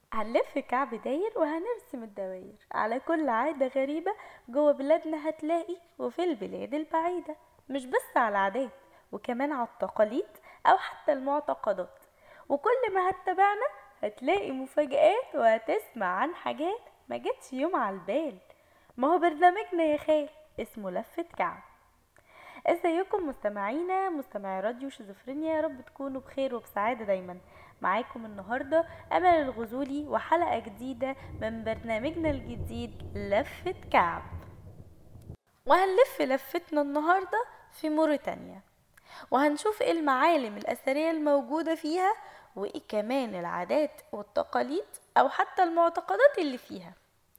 هنلف كعب داير وهنرسم الدواير على كل عادة غريبة جوه بلادنا هتلاقي، وفي البلاد البعيدة. مش بس على العادات، وكمان على التقاليد أو حتى المعتقدات. وكل ما هتتابعنا هتلاقي مفاجآت وهتسمع عن حاجات ما جتش يوم على البال. ما هو برنامجنا يا خال اسمه لفة كعب. ازيكم مستمعينا مستمعي راديو شيزوفرينيا، يا رب تكونوا بخير وبسعادة دايما. معاكم النهاردة أمل الغزولي وحلقة جديدة من برنامجنا الجديد لفة كعب. وهنلف لفتنا النهاردة في موريتانيا، وهنشوف ايه المعالم الأثرية الموجودة فيها، وايه كمان العادات والتقاليد أو حتى المعتقدات اللي فيها.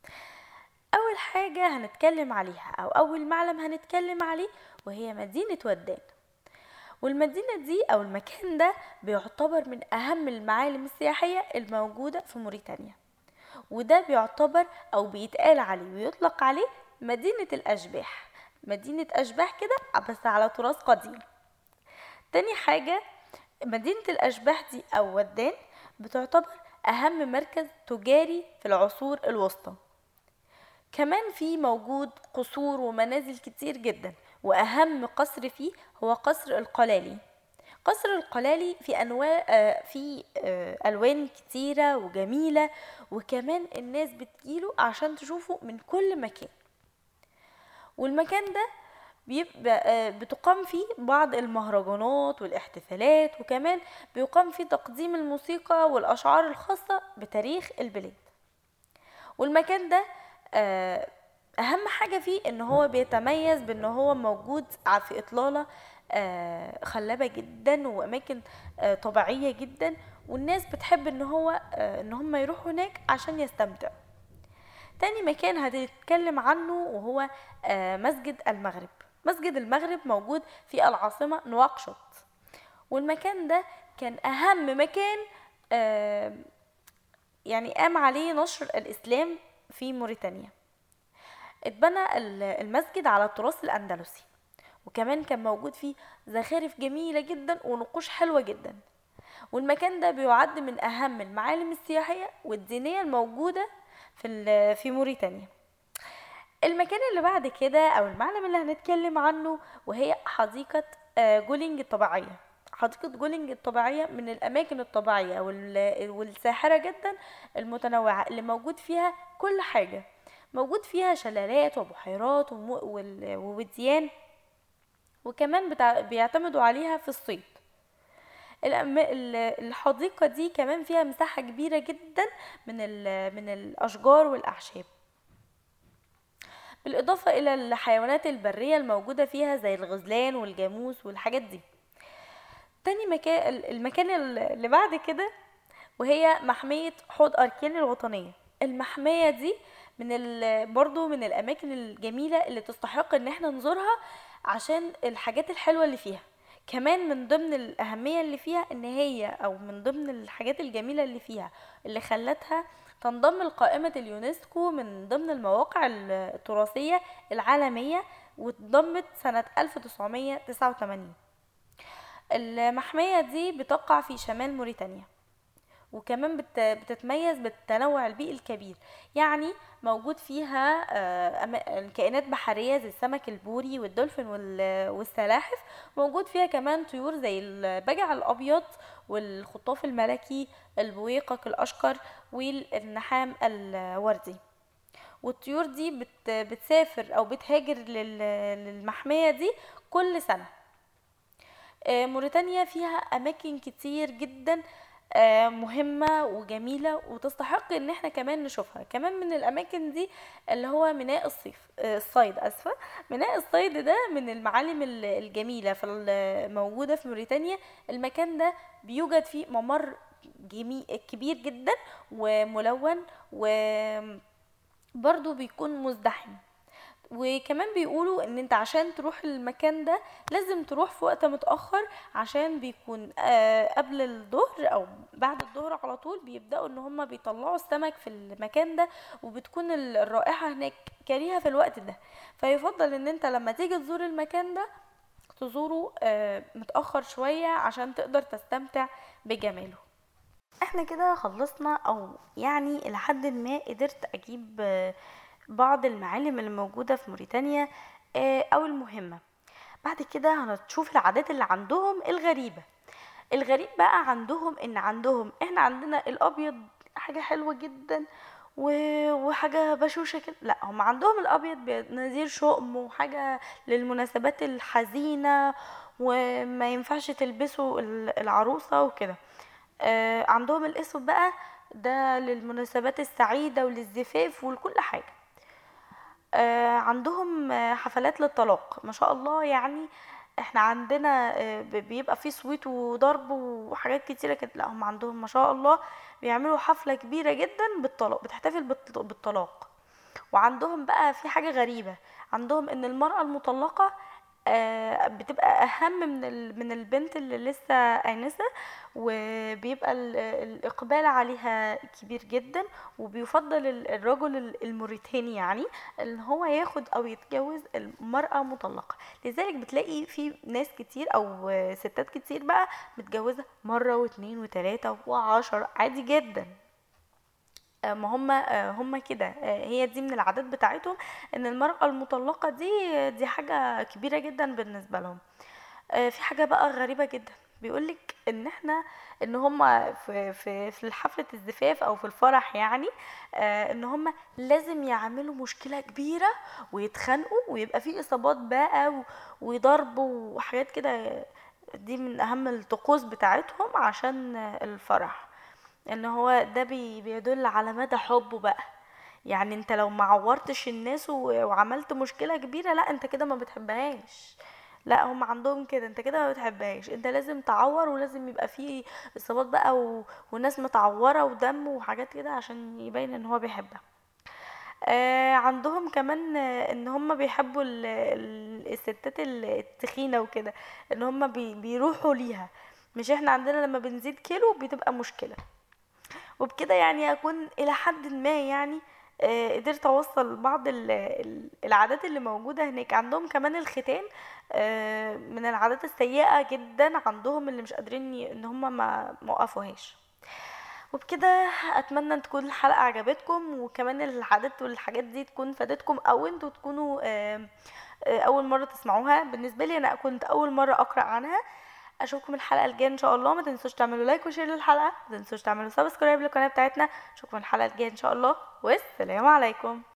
أول حاجة هنتكلم عليها أو أول معلم هنتكلم عليه وهي مدينة ودان. والمدينة دي أو المكان ده بيعتبر من أهم المعالم السياحية الموجودة في موريتانيا، وده بيعتبر أو بيتقال عليه ويطلق عليه مدينة الأشباح. مدينة أشباح كده بس على تراث قديم. تاني حاجة، مدينة الأشباح دي أو ودان بتعتبر أهم مركز تجاري في العصور الوسطى. كمان في موجود قصور ومنازل كتير جدا، وأهم قصر فيه هو قصر القلالي. قصر القلالي في انواع في الوان كتيره وجميله، وكمان الناس بتجيله عشان تشوفه من كل مكان. والمكان ده بيبقى بتقام فيه بعض المهرجانات والاحتفالات، وكمان بيقام فيه تقديم الموسيقى والاشعار الخاصه بتاريخ البلاد. والمكان ده آه، اهم حاجة فيه ان هو بيتميز بان هو موجود في اطلالة خلابة جدا واماكن طبيعية جدا، والناس بتحب ان هم يروحوا هناك عشان يستمتعوا. تاني مكان هنتكلم عنه وهو مسجد المغرب. مسجد المغرب موجود في العاصمة نواكشوط، والمكان ده كان اهم مكان آه، يعني قام عليه نشر الاسلام في موريتانيا. اتبنى المسجد على التراث الأندلسي، وكمان كان موجود فيه زخارف جميلة جدا ونقوش حلوة جدا. والمكان ده بيعد من أهم المعالم السياحية والدينية الموجودة في موريتانيا. المكان اللي بعد كده أو المعلم اللي هنتكلم عنه وهي حديقة جولينج الطبيعية. حديقة جولينج الطبيعية من الأماكن الطبيعية والساحرة جدا المتنوعة اللي موجود فيها كل حاجة. موجود فيها شلالات وبحيرات ووديان، وكمان بيعتمدوا عليها في الصيد. الحديقة دي كمان فيها مساحة كبيرة جدا من الأشجار والأعشاب، بالإضافة إلى الحيوانات البرية الموجودة فيها زي الغزلان والجاموس والحاجات دي. تاني مكان المكان اللي بعد كده وهي محمية حوض أركين الوطنية. المحمية دي برضو من الأماكن الجميلة اللي تستحق إن احنا نزورها عشان الحاجات الحلوة اللي فيها. كمان من ضمن الأهمية اللي فيها إن هي أو من ضمن الحاجات الجميلة اللي فيها اللي خلتها تنضم لقائمة اليونسكو من ضمن المواقع التراثية العالمية، واتضمت سنة 1989. المحمية دي بتقع في شمال موريتانيا، وكمان بتتميز بالتنوع البيئي الكبير. يعني موجود فيها كائنات بحرية زي السمك البوري والدولفين والسلاحف. موجود فيها كمان طيور زي البجع الأبيض والخطاف الملكي، البويقة الأشقر والنحام الوردي. والطيور دي بتسافر أو بتهاجر للمحمية دي كل سنة. موريتانيا فيها أماكن كتير جدا مهمة وجميلة وتستحق ان احنا كمان نشوفها. كمان من الاماكن دي اللي هو ميناء الصيد اسفة. ميناء الصيد ده من المعالم الجميلة موجودة في موريتانيا. المكان ده بيوجد فيه ممر كبير جدا وملون، وبرضه بيكون مزدحم. وكمان بيقولوا ان انت عشان تروح المكان ده لازم تروح في وقت متأخر، عشان بيكون قبل الظهر او بعد الظهر على طول بيبدأوا ان هما بيطلعوا السمك في المكان ده، وبتكون الرائحة هناك كريهة في الوقت ده. فيفضل ان انت لما تيجي تزور المكان ده تزوره متأخر شوية عشان تقدر تستمتع بجماله. احنا كده خلصنا، او يعني الى حد ما قدرت اجيب بعض المعالم اللي موجودة في موريتانيا او المهمة. بعد كده هنشوف العادات اللي عندهم الغريبة. الغريب بقى عندهم ان عندهم، احنا عندنا الابيض حاجة حلوة جدا وحاجة بشوشة كده. لا، هم عندهم الابيض نذير شؤم وحاجة للمناسبات الحزينة، وما ينفعش تلبسوا العروسة وكده. عندهم الاسود بقى ده للمناسبات السعيدة وللزفاف ولكل حاجة. عندهم حفلات للطلاق ما شاء الله يعني. احنا عندنا بيبقى فيه صويت وضرب وحاجات كتيرة كده. لا، هم عندهم ما شاء الله بيعملوا حفلة كبيرة جدا بالطلاق، بتحتفل بالطلاق. وعندهم بقى في حاجة غريبة، عندهم ان المرأة المطلقة بتبقى اهم من البنت اللي لسه آنسة، وبيبقى الاقبال عليها كبير جدا. وبيفضل الرجل الموريتاني يعني ان هو ياخد او يتجوز المرأة مطلقة. لذلك بتلاقي في ناس كتير او ستات كتير بقى متجوزة مرة واتنين وتلاتة وعشرة عادي جدا. ما هم كده. هي دي من العادات بتاعتهم، ان المرأة المطلقة دي حاجة كبيرة جدا بالنسبة لهم. في حاجة بقى غريبة جدا، بيقولك ان احنا، ان هم في حفلة الزفاف او في الفرح يعني، ان هم لازم يعملوا مشكلة كبيرة ويتخانقوا ويبقى في اصابات بقى وضرب وحاجات كده. دي من اهم الطقوس بتاعتهم عشان الفرح. ان هو ده بيدل على مدى حبه بقى. يعني انت لو ما عورتش الناس وعملت مشكلة كبيرة، لا انت كده ما بتحبهاش. لا، هم عندهم كده، انت كده ما بتحبهاش، انت لازم تعور ولازم يبقى فيه اصابات بقى وناس متعورة ودم وحاجات كده عشان يبين ان هو بيحبها. عندهم كمان ان هم بيحبوا الستات التخينة وكده، ان هم بيروحوا ليها. مش احنا عندنا لما بنزيد كيلو بتبقى مشكلة. وبكده يعني اكون الى حد ما يعني قدرت اوصل بعض العادات اللي موجودة هناك. عندهم كمان الختان من العادات السيئة جدا عندهم، اللي مش قادرين ان هم ما موقفوهاش. وبكده اتمنى ان تكون الحلقة عجبتكم، وكمان العادات والحاجات دي تكون فادتكم، او انتوا تكونوا اول مرة تسمعوها. بالنسبة لي انا كنت اول مرة اقرأ عنها. اشوفكم الحلقه الجايه ان شاء الله. ما تنسوش تعملوا لايك وشير للحلقه، ما تنسوش تعملوا سبسكرايب للقناه بتاعتنا. اشوفكم الحلقه الجايه ان شاء الله، والسلام عليكم.